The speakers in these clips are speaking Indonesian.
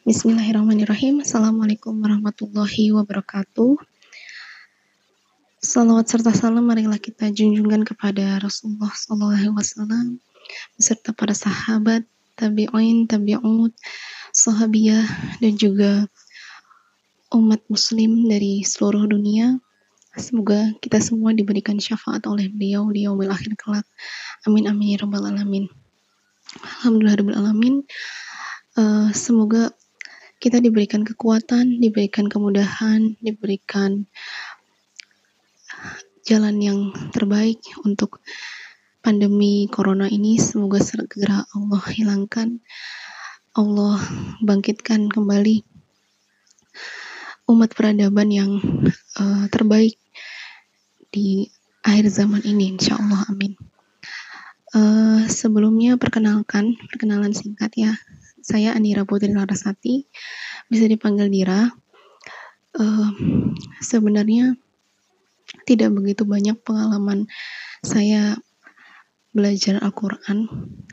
Bismillahirrahmanirrahim. Assalamualaikum warahmatullahi wabarakatuh. Salawat serta salam marilah kita junjungkan kepada Rasulullah SAW beserta para sahabat, tabi'in, tabi'ut, sahabiyah, dan juga umat muslim dari seluruh dunia. Semoga kita semua diberikan syafaat oleh beliau di yaumil akhir kelak. Amin amin ya rabbal alamin. Alhamdulillah rabbil alamin. Semoga kita diberikan kekuatan, diberikan kemudahan, diberikan jalan yang terbaik untuk pandemi corona ini. Semoga segera Allah hilangkan, Allah bangkitkan kembali umat peradaban yang terbaik di akhir zaman ini, insya Allah, amin. Sebelumnya perkenalan singkat ya. Saya Anira Putri Larasati, bisa dipanggil Dira. Sebenarnya tidak begitu banyak pengalaman saya belajar Al-Quran.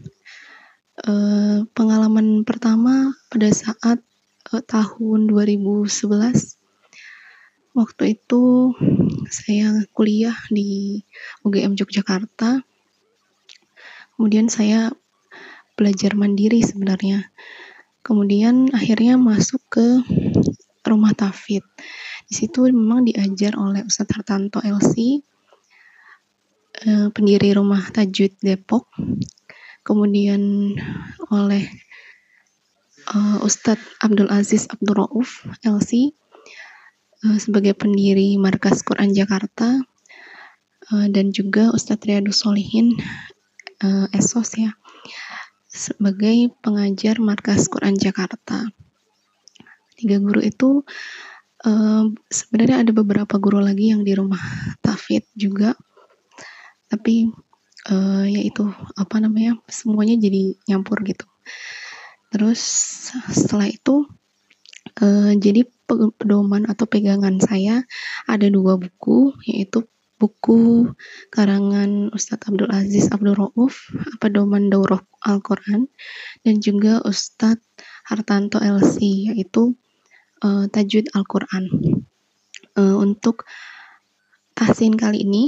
Pengalaman pertama pada saat tahun 2011. Waktu itu saya kuliah di UGM Yogyakarta. Kemudian saya belajar mandiri sebenarnya. Kemudian akhirnya masuk ke rumah tahfidz. Di situ memang diajar oleh Ustadz Hartanto LC, pendiri rumah tajwid Depok. Kemudian oleh Ustadz Abdul Aziz Abdul Rauf LC sebagai pendiri Markas Quran Jakarta, dan juga Ustadz Riyadus Sholihin Esos ya, sebagai pengajar Markas Quran Jakarta. 3 guru itu sebenarnya ada beberapa guru lagi yang di rumah tahfidz juga, tapi yaitu semuanya jadi nyampur gitu. Terus setelah itu jadi pedoman atau pegangan saya ada 2 buku, yaitu buku karangan Ustadz Abdul Aziz Abdul Rauf, Pedoman Daurah Al-Quran, dan juga Ustadz Hartanto LC, yaitu Tajwid Al-Quran. Untuk tahsin kali ini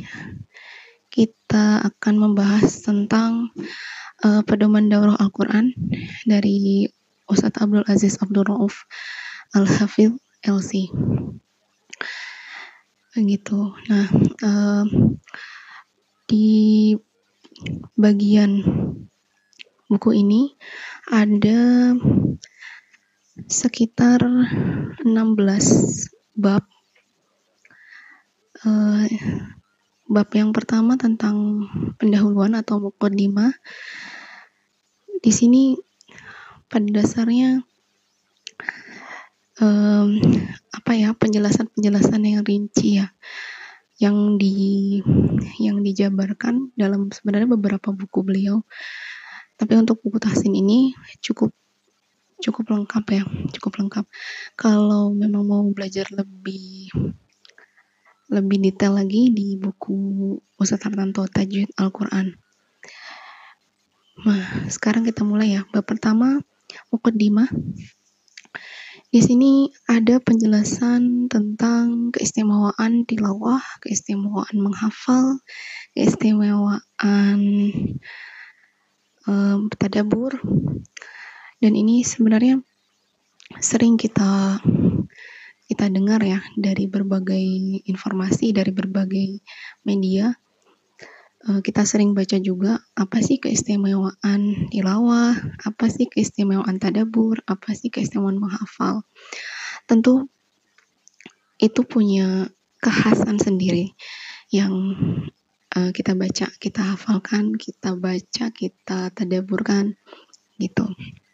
kita akan membahas tentang Pedoman Daurah Al-Quran dari Ustadz Abdul Aziz Abdul Rauf Al-Hafidh LC. Begitu. Nah, di bagian buku ini ada sekitar 16 bab. Bab yang pertama tentang pendahuluan atau muqaddimah. Di sini pada dasarnya penjelasan yang rinci ya, yang dijabarkan dalam sebenarnya beberapa buku beliau. Tapi untuk buku tahsin ini cukup lengkap ya, cukup lengkap. Kalau memang mau belajar lebih detail lagi di buku Ustadz Hartanto Tajwid Al-Quran. Nah, sekarang kita mulai ya. Bab pertama, muqaddimah. Di sini ada penjelasan tentang keistimewaan tilawah, keistimewaan menghafal, keistimewaan tadabbur. Dan ini sebenarnya sering kita dengar ya dari berbagai informasi, dari berbagai media. Kita sering baca juga apa sih keistimewaan tilawah, apa sih keistimewaan tadabbur, apa sih keistimewaan menghafal. Tentu itu punya kekhasan sendiri yang kita baca, kita hafalkan, kita baca, kita tadabburkan gitu.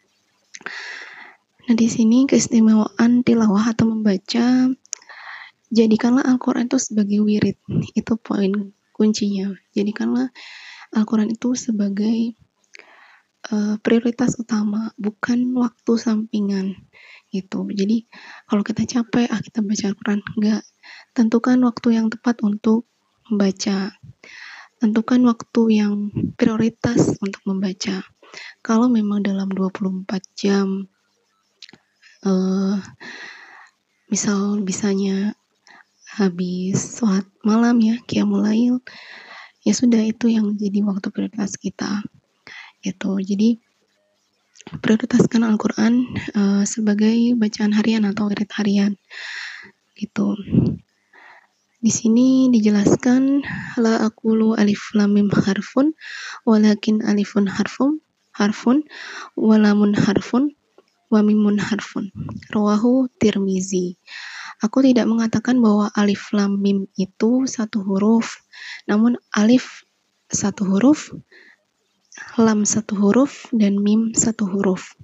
Nah, di sini keistimewaan tilawah atau membaca, jadikanlah Al-Quran itu sebagai wirid. Itu poin kuncinya. Jadikanlah Al-Quran itu sebagai prioritas utama, bukan waktu sampingan gitu. Jadi kalau kita capek, kita baca Al-Quran, enggak. Tentukan waktu yang tepat untuk membaca. Tentukan waktu yang prioritas untuk membaca. Kalau memang dalam 24 jam misal bisanya habis sholat malam ya, qiyamul lail, ya sudah itu yang jadi waktu prioritas kita gitu. Jadi prioritaskan Al-Quran sebagai bacaan harian atau wirid harian gitu. Di sini dijelaskan la aqulu alif lam mim harfun walakin alifun harfun walamun harfun wa mimun harfun. Rawahu Tirmizi. Aku tidak mengatakan bahwa alif lam mim itu satu huruf, namun alif satu huruf, lam satu huruf, dan mim satu huruf.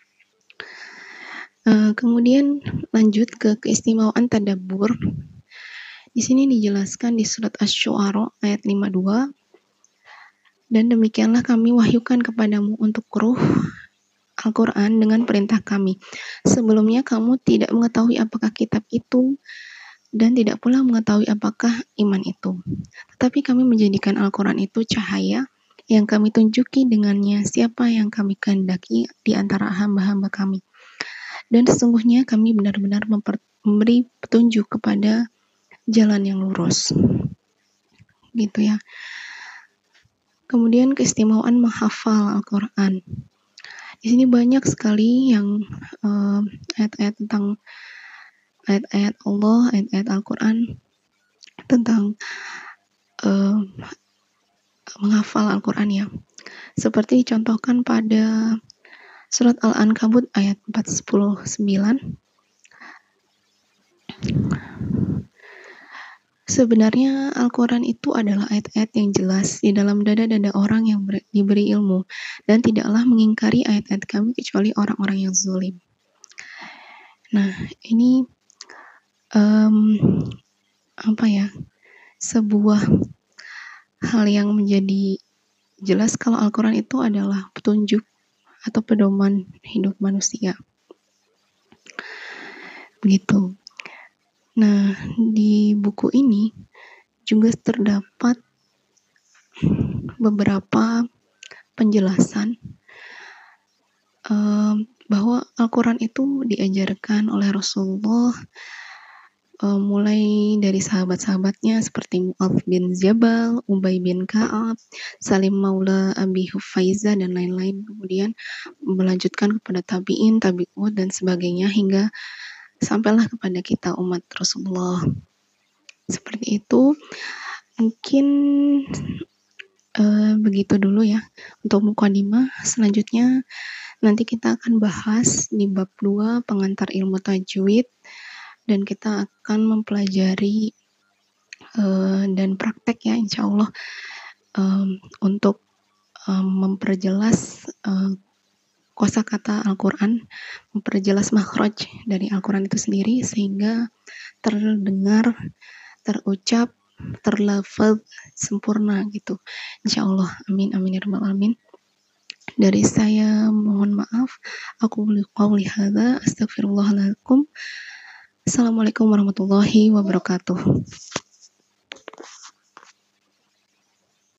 Kemudian lanjut ke keistimewaan tadabbur. Di sini dijelaskan di surat Asy-Syu'ara ayat 52, dan demikianlah kami wahyukan kepadamu untuk ruh Al-Quran dengan perintah kami. Sebelumnya kamu tidak mengetahui apakah kitab itu dan tidak pula mengetahui apakah iman itu. Tetapi kami menjadikan Al-Quran itu cahaya yang kami tunjuki dengannya siapa yang kami kehendaki di antara hamba-hamba kami. Dan sesungguhnya kami benar-benar memberi petunjuk kepada jalan yang lurus. Gitu ya. Kemudian keistimewaan menghafal Al-Quran. Di sini banyak sekali yang ayat-ayat tentang ayat-ayat Allah, ayat-ayat Al-Quran tentang menghafal Al-Quran ya. Seperti dicontohkan pada surat Al-Ankabut ayat 419. Sebenarnya Al-Quran itu adalah ayat-ayat yang jelas di dalam dada-dada orang yang diberi ilmu, dan tidaklah mengingkari ayat-ayat kami kecuali orang-orang yang zalim. Nah, ini sebuah hal yang menjadi jelas kalau Al-Quran itu adalah petunjuk atau pedoman hidup manusia. Begitu. Nah, di buku ini juga terdapat beberapa penjelasan bahwa Al-Quran itu diajarkan oleh Rasulullah mulai dari sahabat-sahabatnya seperti Mu'adz bin Jabal, Ubay bin Ka'ab, Salim Maula Abi Hufaizah, dan lain-lain. Kemudian melanjutkan kepada tabi'in, tabi'ud, dan sebagainya hingga sampailah kepada kita umat Rasulullah. Seperti itu. Mungkin begitu dulu ya untuk mukadimah. Selanjutnya nanti kita akan bahas di bab 2 pengantar ilmu tajwid, dan kita akan mempelajari dan praktek ya insya Allah untuk memperjelas kosakata Al-Quran, memperjelas makhraj dari Al-Quran itu sendiri sehingga terdengar, terucap, terlafaz sempurna gitu. Insya Allah. Amin amin ya rabbal alamin. Dari saya mohon maaf. Aku qouli hadza astaghfirullah lakum. Assalamualaikum warahmatullahi wabarakatuh.